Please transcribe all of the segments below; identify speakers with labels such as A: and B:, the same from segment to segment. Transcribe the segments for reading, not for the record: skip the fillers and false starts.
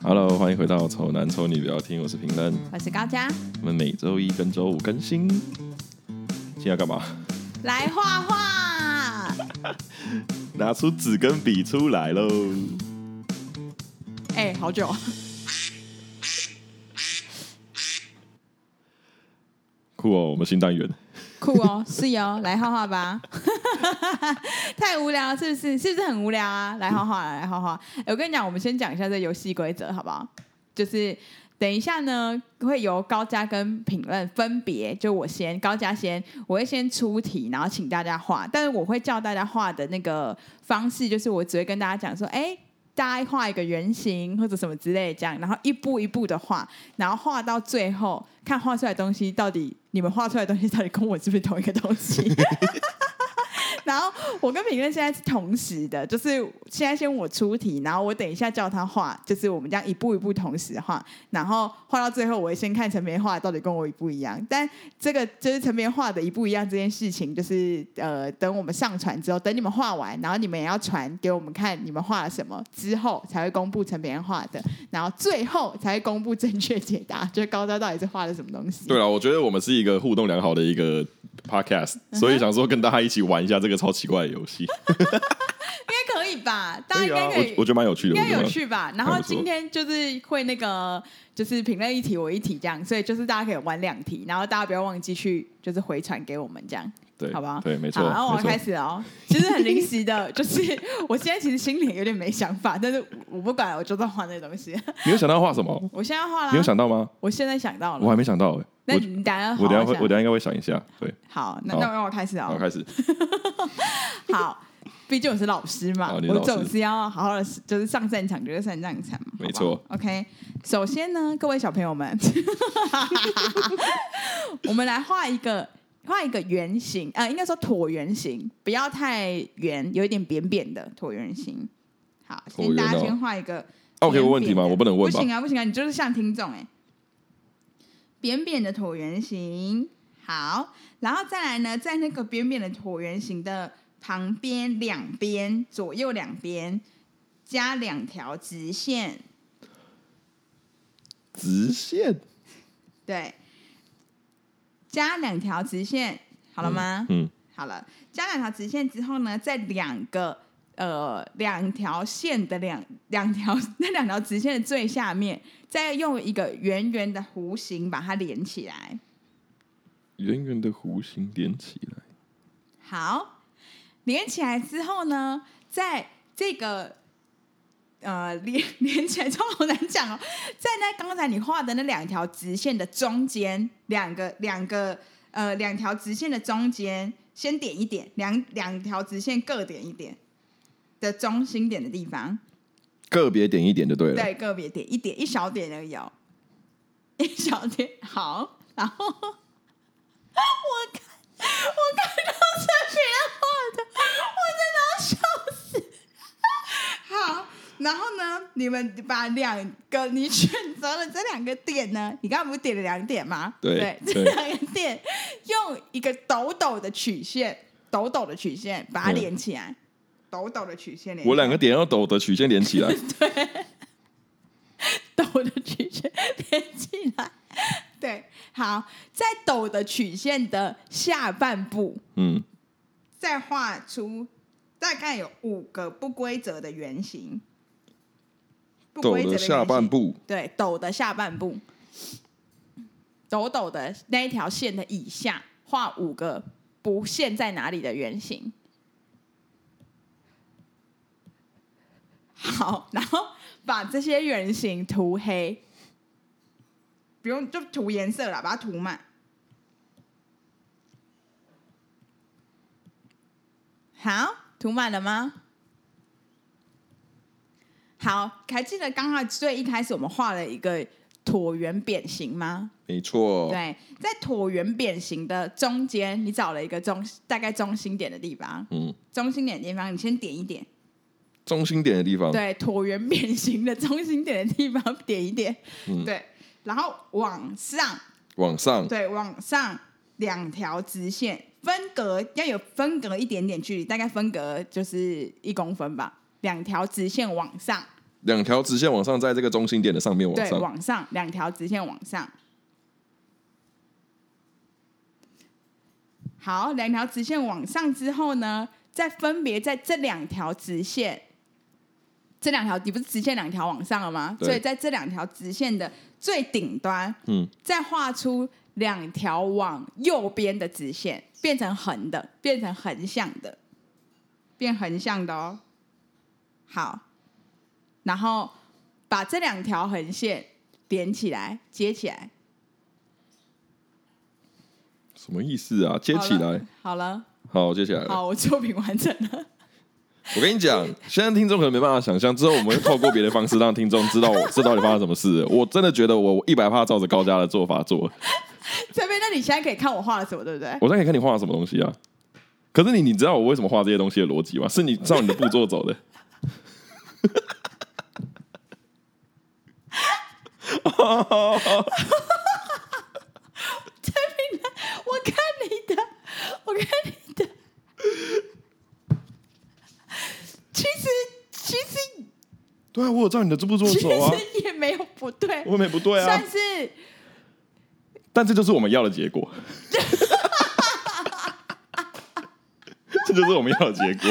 A: Hello， 欢迎回到丑男丑女不要听，我是评论，
B: 我是高嘉。
A: 我们每周一跟周五更新。今天要干嘛？
B: 来画画。
A: 拿出纸跟笔出来喽！
B: 好久。
A: 酷哦，我们新单元。
B: 酷哦，是哦，来画画吧。太无聊了，是不是？是不是很无聊啊？来画画，来画画。我跟你讲，我们先讲一下这游戏规则，好不好？就是等一下呢，会由高嘉跟评论分别，就高嘉先，我会先出题，然后请大家画。但是我会叫大家画的那个方式，就是我只会跟大家讲说，大家画一个圆形或者什么之类的这样，然后一步一步的画，然后画到最后，看画出来的东西到底，你们画出来的东西到底跟我是不是同一个东西？然后我跟评论现在是同时的，就是现在先我出题，然后我等一下叫他画，就是我们这样一步一步同时画，然后画到最后，我会先看陈编画的到底跟我一不一样。但这个就是陈编画的一不一样这件事情，就是等我们上传之后，等你们画完，然后你们也要传给我们看你们画了什么，之后才会公布陈编画的，然后最后才会公布正确解答，就是高嘉到底是画了什么东西。
A: 对了，我觉得我们是一个互动良好的一个 podcast， 所以想说跟大家一起玩一下这个超奇怪的游戏。应
B: 该可以吧？大家应该可以，
A: 我觉得蛮有趣的，
B: 应该有趣吧？然后今天就是会那个，就是评论一题我一题这样，所以就是大家可以玩2题，然后大家不要忘记去就是回传给我们这样。
A: 对，
B: 好不好？
A: 对，没错。
B: 然后我要开始哦，其实很临时的，就是我现在其实心里有点没想法，但是我不管，我就在画那东西。
A: 你有想到画什么？
B: 我现在画了。
A: 你有想到吗？
B: 我现在想到了。
A: 我还没想到
B: 那你等下
A: 我等下应该会想一下。对，
B: 好，那让我开始哦。
A: 好，开始。
B: 好，毕竟我是老师嘛，我总是要好好的，就是上战场就是上战场嘛。
A: 没错。
B: OK， 首先呢，各位小朋友们，我们来画一个圆形，应该说椭圆形，不要太圆，有一点扁扁的椭圆形。好，大家先画一个。
A: OK， 有问题吗？我不能问吧？
B: 不行啊，不行啊，你就是像听众扁扁的椭圆形。好，然后再来呢，在那个扁扁的椭圆形的旁边两边，左右两边加2条直线。
A: 直线？对。
B: 加2条直线，好了吗？好了。加2条直线之后呢，在2条线的两条直线的最下面，再用一个圆圆的弧形把它连起来。
A: 圆圆的弧形连起来。
B: 好，连起来之后呢，在这个连起来超好难讲哦。在那刚才你画的那2条直线的中间，两条直线的中间，先点一点，两条直线各点一点的中心点的地方，
A: 个别点一点就对了。
B: 对，个别点一点，一小点而已哦，一小点。好，然后我看到这边画的，我真的要笑死。好。然后呢，你们把你选择了这2个点呢，你刚刚不是点了2点吗？
A: 对，
B: 这2个点用一个抖抖的曲线把它连起来，抖抖的曲线连起来。
A: 我2个点要抖的曲线连起来。
B: 对，抖的曲线连起来。对，好，在抖的曲线的下半部，再画出大概有5个不规则的圆形。
A: 抖的下半部，
B: 对，抖的下半部，抖的那一条线的以下画5个不限在哪里的圆形。好，然后把这些圆形涂黑，不用就涂颜色啦，把它涂满。好，涂满了吗？好，还记得刚刚最一开始我们画了一个椭圆扁形吗？
A: 没错。
B: 对，在椭圆扁形的中间，你找了一个大概中心点的地方。中心点的地方，你先点一点。
A: 中心点的地方。对，
B: 椭圆扁形的中心点的地方点一点。对，然后往上。对，往上2条直线，分隔要有分隔一点点距离，大概分隔就是1公分吧。2条直线往上。
A: 两条直线往上，在这个中心点的上面往
B: 对，
A: 上，
B: 往上2条直线往上。好，2条直线往上之后呢，再分别在这2条直线，这2条你不是直线2条往上了吗？所以在这2条直线的最顶端，再画出2条往右边的直线，变成横的，变成横向的，变横向的哦。好，然后把这2条横线连起来，接起来。
A: 什么意思啊？接起来。
B: 好了，
A: 好，接起来了。
B: 好，我作品完成了。
A: 我跟你讲，现在听众可能没办法想象，之后我们会透过别的方式让听众知道这到底发生什么事了。我真的觉得我100%照着高家的做法做。
B: 这边，那你现在可以看我画了什么，对不对？
A: 我现在可以看你画了什么东西啊？可是你知道我为什么画这些东西的逻辑吗？是你照你的步骤走的。
B: 这边呢，我看你的。其实，
A: 对啊，我有照你的这步骤走啊。
B: 其实也没有不对，
A: 我没不对啊。
B: 算是，
A: 但这就是我们要的结果。这就是我们要的结果。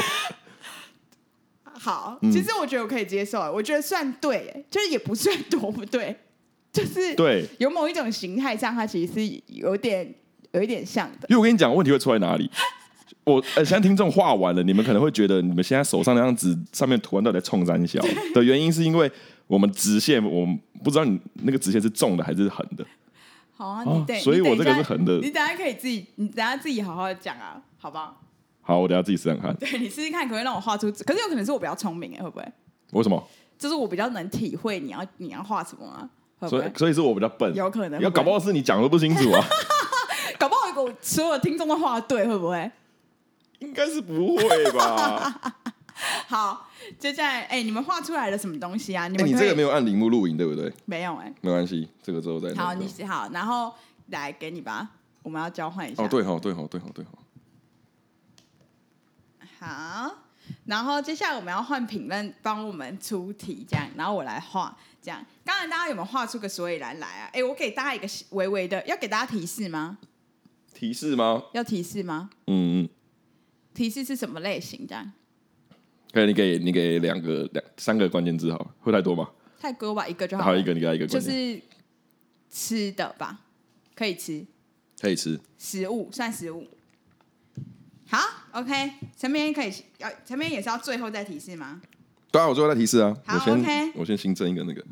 B: 好，其实我觉得我可以接受，我觉得算对，就是也不算多不对，就是
A: 对，
B: 有某一种形态上，它其实是有一点像的。
A: 因为我跟你讲，问题会出在哪里？现在听众画完了，你们可能会觉得你们现在手上那张纸上面图案到底在冲三小的原因，是因为我们直线，我们不知道你那个直线是纵的还是横的。
B: 好啊，
A: 所以我这个是横的。
B: 你等一下可以你等一下自己好好的讲啊，好不好？
A: 好，我等一下自己试试看。
B: 对，你试试看，可不可以让我画出？可是有可能是我比较聪明，会不会？
A: 为什么？
B: 就是我比较能体会你要画什么啊？会不会？
A: 所以是我比较笨，
B: 有可能。
A: 要搞不好是你讲的不清楚啊。
B: 搞不好我所有听众都画对，会不会？
A: 应该是不会吧。
B: 好，接下来，你们画出来了什么东西啊？你
A: 这个没有按铃木录影，对不对？
B: 没有，
A: 没关系，这个之后再。
B: 好，你好，然后来给你吧，我们要交换一下。
A: 对。
B: 好，然后接下来我们要换评论帮我们出题，这样，然后我来画，这样。刚才大家有没有画出个所以然来啊？我给大家一个微微的，要给大家提示吗？
A: 提示吗？
B: 要提示吗？提示是什么类型？这样。
A: 可以，你给3个关键字好了，会太多吗？
B: 太多吧，一个就好了。
A: 好，一个你给他一个关键。
B: 就是吃的吧，可以吃。
A: 可以吃。
B: 食物算食物。好 ，OK， 前面也是要最后再提示吗？
A: 对啊，我最后再提示啊。
B: 好 ，OK，
A: 我先新增一个那个。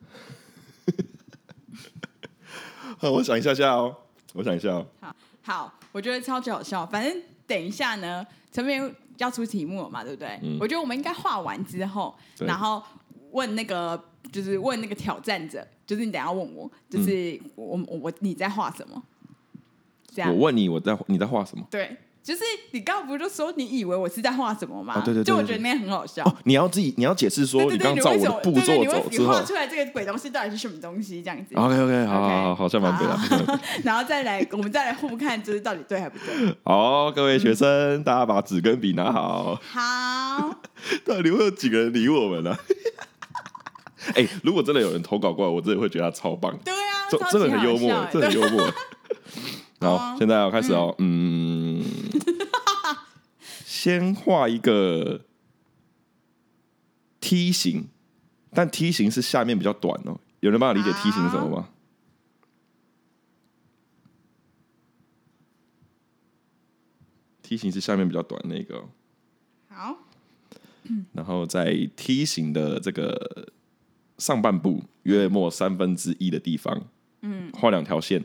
A: 好，我想一下哦。
B: 好，我觉得超级好笑。反正等一下呢，陈明要出题目了嘛，对不对？我觉得我们应该画完之后，然后问那个挑战者，就是你等一下问我，就是你在画什么？这样。
A: 我问你，你在画什么？
B: 对。就是你刚刚不是就说你以为我是在画什么吗？
A: 对，
B: 就我觉得那很好笑。
A: 你要解释说你刚照我的步骤走之后，
B: 你画出来这个鬼东西到底是什么东西？这样子。
A: OK， 好，像蛮对的。
B: 然后我们再来互看，就是到底对还不对。
A: 好，各位学生，大家把纸跟笔拿好。
B: 好。
A: 到底会有几个人理我们呢？如果真的有人投稿过来，我真的会觉得他超棒。
B: 对啊，
A: 真的很幽默，真的很幽默。好，现在要开始哦。先画一个梯形，但梯形是下面比较短哦。有人帮我理解梯形是什么吗？梯形是下面比较短那个。
B: 好。
A: 然后在梯形的这个上半部约莫1/3的地方，画2条线。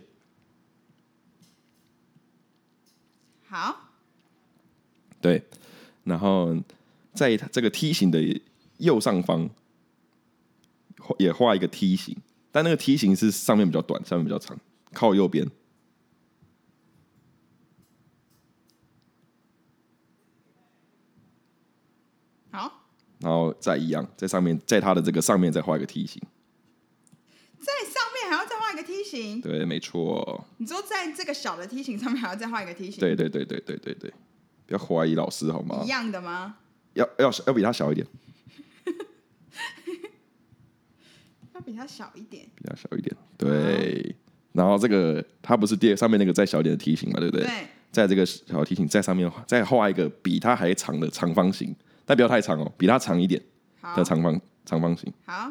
B: 好。
A: 对，然后在这个梯形的右上方也画一个梯形，但那个梯形是上面比较短，下面比较长，靠右边。
B: 好，
A: 然后再一样，在上面，在它的这个上面再画一个梯形，
B: 在上面还要再画一个梯形。
A: 对，没错。
B: 你说在这个小的梯形上面还要再画一个梯形？
A: 对，不要怀疑老师好吗？
B: 一样的吗？
A: 要比他小一点。
B: 比它小一点，
A: 比它小一点，对。然后这个它不是上面那个再小一点的梯形嘛，对不对？
B: 对。
A: 在这个小梯形在上面再画一个比它还长的长方形，但不要太长哦，比它长一点的长方形。
B: 好。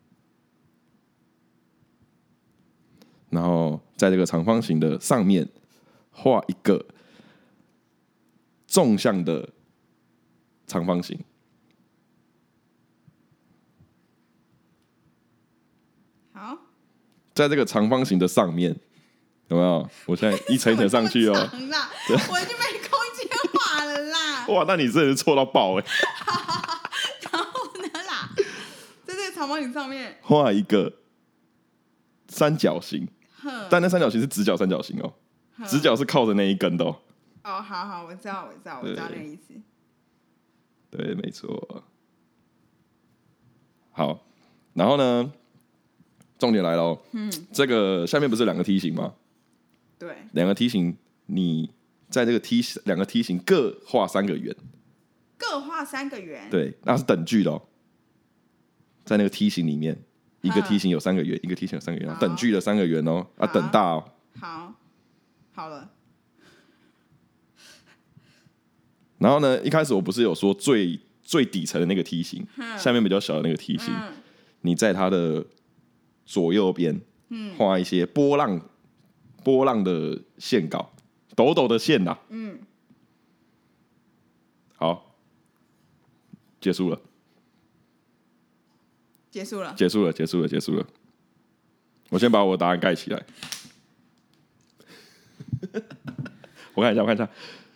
A: 然后在这个长方形的上面画一个纵向的长方形。
B: 好，
A: 在这个长方形的上面有没有？我现在一层一层上去哦。
B: 我已经没空间画了啦。
A: 哇，那你真的是错到爆哎！
B: 然后呢啦，在这个长方形上面
A: 画一个三角形，但那三角形是直角三角形哦，直角是靠着那一根的哦。
B: 哦，好，我知道那个意思。
A: 对，没错。好，然后呢，重点来了哦。这个下面不是两个梯形吗？
B: 对。
A: 两个梯形，你在这个两个梯形各画3个圆。
B: 各画3个圆。
A: 对，那是等距的哦。在那个梯形里面，一个梯形有3个圆，一个梯形有3个圆，等距的3个圆哦，等大哦。
B: 好了。
A: 然后呢，一开始我不是有说最底层的那个梯形，下面比较小的那个梯形，你在它的左右边画一些波浪的线稿，抖抖的线呐。好，结束了。我先把我的答案盖起来。我看一下。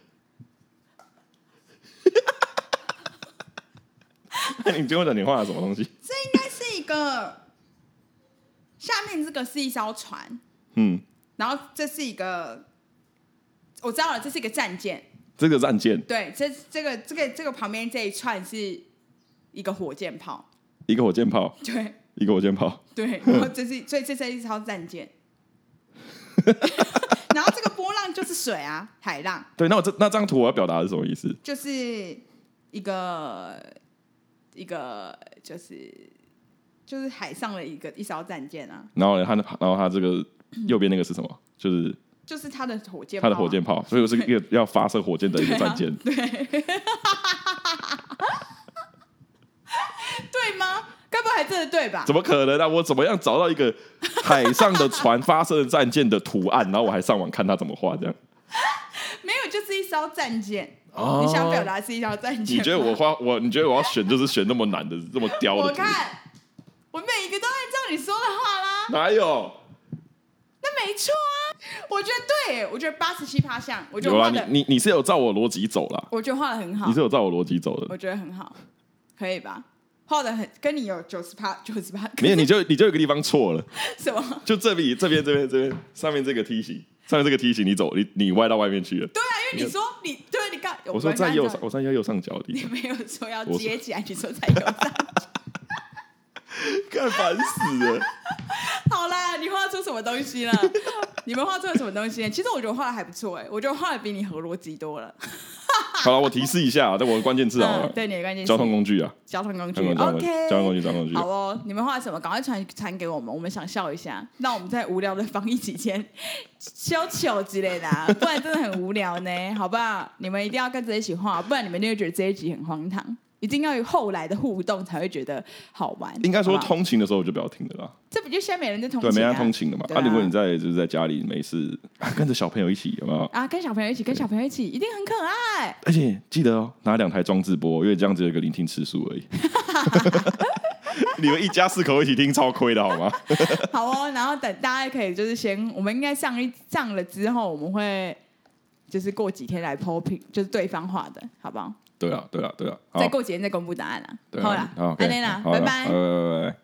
A: 那你跟我讲你画了什么东西？
B: 这应该是一个，下面这个是一艘船，然后这是一个，我知道了，这是一个战舰。
A: 这个战舰，
B: 对，这个旁边这一串是一个火箭炮。
A: 一个火箭炮，
B: 对，
A: 一个火箭炮，
B: 对，然后所以这是一艘战舰。然后这个波浪就是水啊，海浪。
A: 对，那这张图我要表达的是什么意思？
B: 就是一个就是海上的一艘战舰啊。
A: 然后它这个右边那个是什么？
B: 就是它的火箭炮，
A: 它的火箭炮，所以我是一个要发射火箭的一个战舰。
B: 对吗？该不会还真的对吧？
A: 怎么可能啊！我怎么样找到一个海上的船发射的战舰的图案，然后我还上网看它怎么画这样？
B: 没有，就是一艘战舰。你想表达是一艘战舰？
A: 你觉得你觉得我要选就是选那么难的、这么刁的？
B: 我看我每一个都按照你说的画啦。
A: 哪有？
B: 那没错啊，我觉得对，我觉得87%像，我觉得
A: 有啦，你是有照我逻辑走啦，
B: 我觉得画的很好，
A: 你是有照我逻辑走的，
B: 我觉得很好，可以吧？画的很跟你有90%，
A: 没有，你就有一个地方错了，
B: 什么？
A: 就这边上面这个梯形，你歪到外面去了。
B: 对啊，因为你说你看，
A: 我说在右上，我说在右上角的地方，
B: 你没有说要接起来，你说在右上角。
A: 干烦死了！
B: 好啦，你画出什么东西了？你们画出了什么东西？其实我觉得画的还不错我觉得画的比你合逻辑多了。
A: 好了，我提示一下，在我的关键字好了，
B: 对你的关键字，
A: 交通工具啊，
B: 交通工具
A: ，OK， 交通工具。
B: 好哦，你们画什么？赶快传给我们，我们想笑一下。让我们在无聊的防疫期间消糗之类的不然真的很无聊呢，好不好？你们一定要跟着一起画，不然你们就会觉得这一集很荒唐。一定要有后来的互动才会觉得好玩。
A: 应该说通勤的时候我就不要听了啦。
B: 这不就现在没人在通勤？
A: 对，没人通勤的嘛。如果你在家里没事，跟着小朋友一起，有没有？
B: 跟小朋友一起，一定很可爱。
A: 而且记得哦，拿2台装置播，因为这样只有一个聆听次数而已。你们一家4口一起听超亏的好吗？
B: 好哦，然后等大家可以就是我们应该上了之后，我们会就是过几天来 po 评，就是对方画的，好不好？
A: 对啊。
B: 再过几天再公布答案啦。
A: 好啦，
B: 安内啦，拜拜。